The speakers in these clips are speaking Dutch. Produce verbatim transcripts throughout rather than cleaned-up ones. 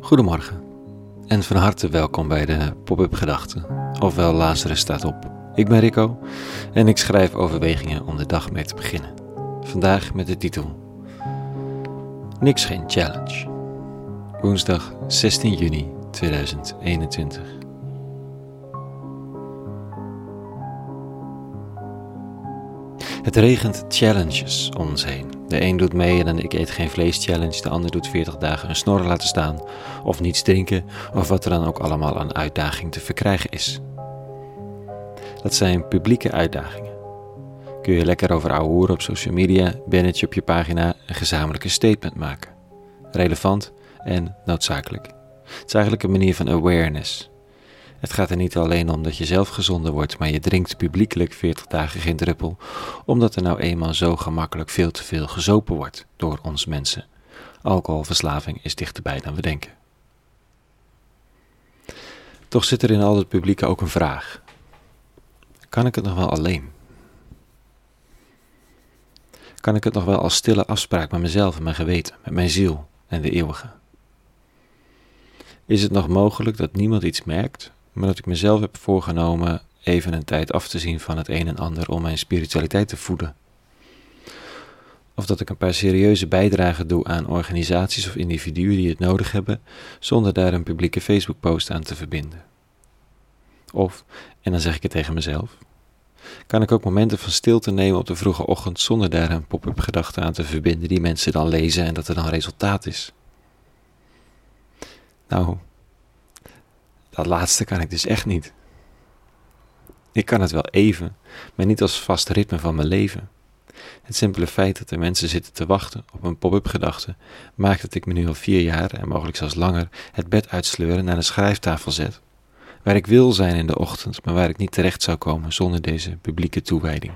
Goedemorgen en van harte welkom bij de Pop-up Gedachten, ofwel Lazarus staat op. Ik ben Rico en ik schrijf overwegingen om de dag mee te beginnen. Vandaag met de titel Niks geen challenge. Woensdag zestien juni tweeduizend eenentwintig. Het regent challenges om ons heen. De een doet mee en een ik eet geen vlees challenge, de ander doet veertig dagen een snor laten staan, of niets drinken, of wat er dan ook allemaal aan uitdaging te verkrijgen is. Dat zijn publieke uitdagingen. Kun je lekker over ouwe hoeren op social media, bannetje op je pagina, een gezamenlijke statement maken. Relevant en noodzakelijk. Het is eigenlijk een manier van awareness. Het gaat er niet alleen om dat je zelf gezonder wordt, maar je drinkt publiekelijk veertig dagen geen druppel, omdat er nou eenmaal zo gemakkelijk veel te veel gezopen wordt door ons mensen. Alcoholverslaving is dichterbij dan we denken. Toch zit er in al het publieke ook een vraag. Kan ik het nog wel alleen? Kan ik het nog wel als stille afspraak met mezelf en mijn geweten, met mijn ziel en de eeuwige? Is het nog mogelijk dat niemand iets merkt, maar dat ik mezelf heb voorgenomen even een tijd af te zien van het een en ander om mijn spiritualiteit te voeden? Of dat ik een paar serieuze bijdragen doe aan organisaties of individuen die het nodig hebben, zonder daar een publieke Facebook-post aan te verbinden? Of, en dan zeg ik het tegen mezelf, kan ik ook momenten van stilte nemen op de vroege ochtend zonder daar een pop-up gedachte aan te verbinden die mensen dan lezen en dat er dan resultaat is? Nou, dat laatste kan ik dus echt niet. Ik kan het wel even, maar niet als vast ritme van mijn leven. Het simpele feit dat er mensen zitten te wachten op een pop-up gedachte maakt dat ik me nu al vier jaar, en mogelijk zelfs langer, het bed uitsleur en naar de schrijftafel zet. Waar ik wil zijn in de ochtend, maar waar ik niet terecht zou komen zonder deze publieke toewijding.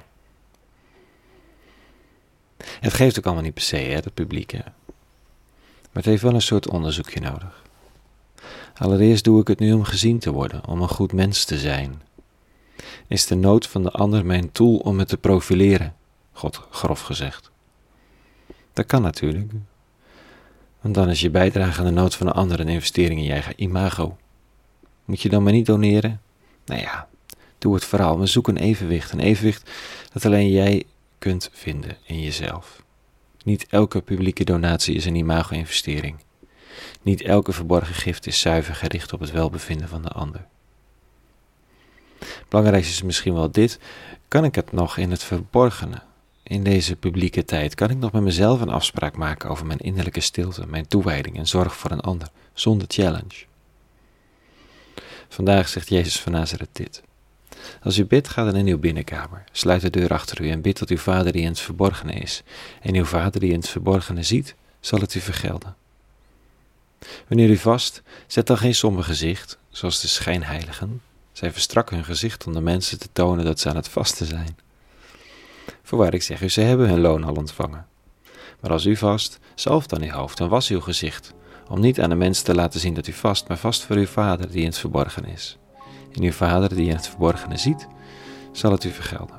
Het geeft ook allemaal niet per se, hè, dat publieke. Maar het heeft wel een soort onderzoekje nodig. Allereerst doe ik het nu om gezien te worden, om een goed mens te zijn. Is de nood van de ander mijn tool om me te profileren? God, grof gezegd. Dat kan natuurlijk. Want dan is je bijdrage aan de nood van de ander een investering in je eigen imago. Moet je dan maar niet doneren? Nou ja, doe het vooral, maar zoek een evenwicht. Een evenwicht dat alleen jij kunt vinden in jezelf. Niet elke publieke donatie is een imago-investering. Niet elke verborgen gift is zuiver gericht op het welbevinden van de ander. Belangrijkste is misschien wel dit: kan ik het nog in het verborgene, in deze publieke tijd, kan ik nog met mezelf een afspraak maken over mijn innerlijke stilte, mijn toewijding en zorg voor een ander, zonder challenge? Vandaag zegt Jezus van Nazareth dit: als u bidt, ga dan in uw binnenkamer, sluit de deur achter u en bid tot uw Vader die in het verborgene is. En uw Vader die in het verborgene ziet, zal het u vergelden. Wanneer u vast, zet dan geen somber gezicht, zoals de schijnheiligen. Zij verstrakken hun gezicht om de mensen te tonen dat ze aan het vasten zijn. Voorwaar ik zeg u, ze hebben hun loon al ontvangen. Maar als u vast, zalf dan uw hoofd en was uw gezicht, om niet aan de mensen te laten zien dat u vast, maar vast voor uw Vader die in het verborgen is. En uw Vader die in het verborgene ziet, zal het u vergelden.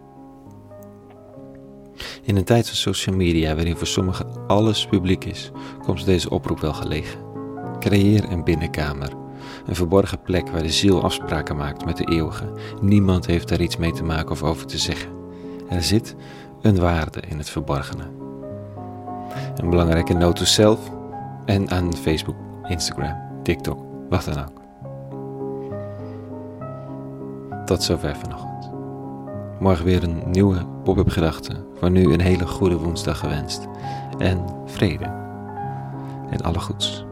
In een tijd van social media, waarin voor sommigen alles publiek is, komt deze oproep wel gelegen. Creëer een binnenkamer, een verborgen plek waar de ziel afspraken maakt met de eeuwige. Niemand heeft daar iets mee te maken of over te zeggen. Er zit een waarde in het verborgene. Een belangrijke note to self en aan Facebook, Instagram, TikTok, wat dan ook. Tot zover vanochtend. Morgen weer een nieuwe pop-up gedachte. Voor nu een hele goede woensdag gewenst. En vrede. En alle goeds.